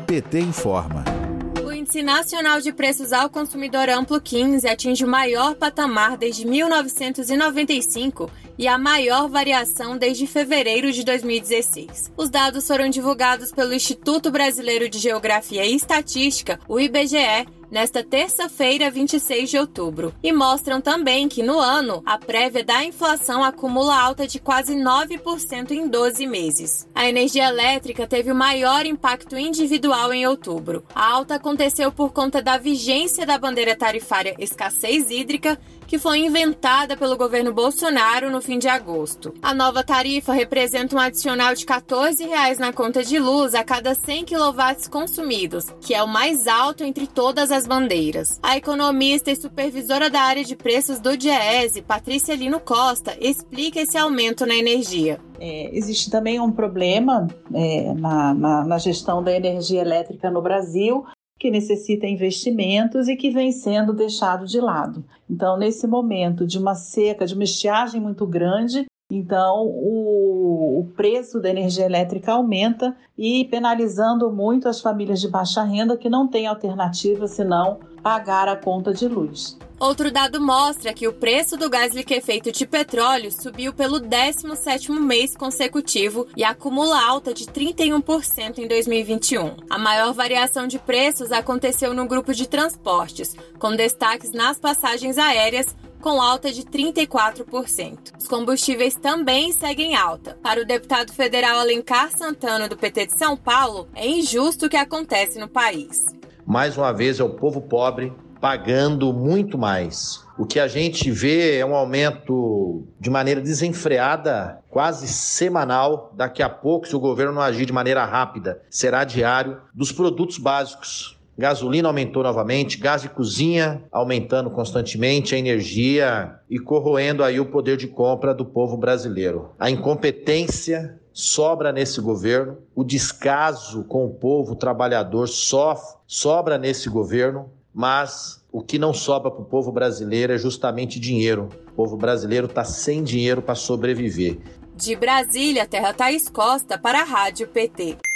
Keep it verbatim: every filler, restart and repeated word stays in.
P T informa. O Índice Nacional de Preços ao Consumidor Amplo quinze atinge o maior patamar desde mil novecentos e noventa e cinco e a maior variação desde fevereiro de dois mil e dezesseis. Os dados foram divulgados pelo Instituto Brasileiro de Geografia e Estatística, o I B G E, nesta terça-feira, vinte e seis de outubro, e mostram também que no ano a prévia da inflação acumula alta de quase nove por cento em doze meses. A energia elétrica teve o maior impacto individual em outubro. A alta aconteceu por conta da vigência da bandeira tarifária escassez hídrica, que foi inventada pelo governo Bolsonaro no fim de agosto. A nova tarifa representa um adicional de quatorze reais na conta de luz a cada cem quilowatts consumidos, que é o mais alto entre todas as bandeiras. A economista e supervisora da área de preços do Diese, Patrícia Lino Costa, explica esse aumento na energia. É, existe também um problema é, na, na, na gestão da energia elétrica no Brasil, que necessita investimentos e que vem sendo deixado de lado. Então, nesse momento de uma seca, de uma estiagem muito grande, então o, o preço da energia elétrica aumenta e penalizando muito as famílias de baixa renda que não têm alternativa senão pagar a conta de luz. Outro dado mostra que o preço do gás liquefeito de petróleo subiu pelo décimo sétimo mês consecutivo e acumula alta de trinta e um por cento em dois mil e vinte e um. A maior variação de preços aconteceu no grupo de transportes, com destaques nas passagens aéreas, com alta de trinta e quatro por cento. Os combustíveis também seguem alta. Para o deputado federal Alencar Santana, do P T de São Paulo, é injusto o que acontece no país. Mais uma vez é o povo pobre pagando muito mais. O que a gente vê é um aumento de maneira desenfreada, quase semanal. Daqui a pouco, se o governo não agir de maneira rápida, será diário, dos produtos básicos. Gasolina aumentou novamente, gás de cozinha aumentando constantemente, a energia e corroendo aí o poder de compra do povo brasileiro. A incompetência sobra nesse governo, o descaso com o povo trabalhador sofre, sobra nesse governo, mas o que não sobra para o povo brasileiro é justamente dinheiro. O povo brasileiro está sem dinheiro para sobreviver. De Brasília, Terra Thaís Costa para a Rádio P T.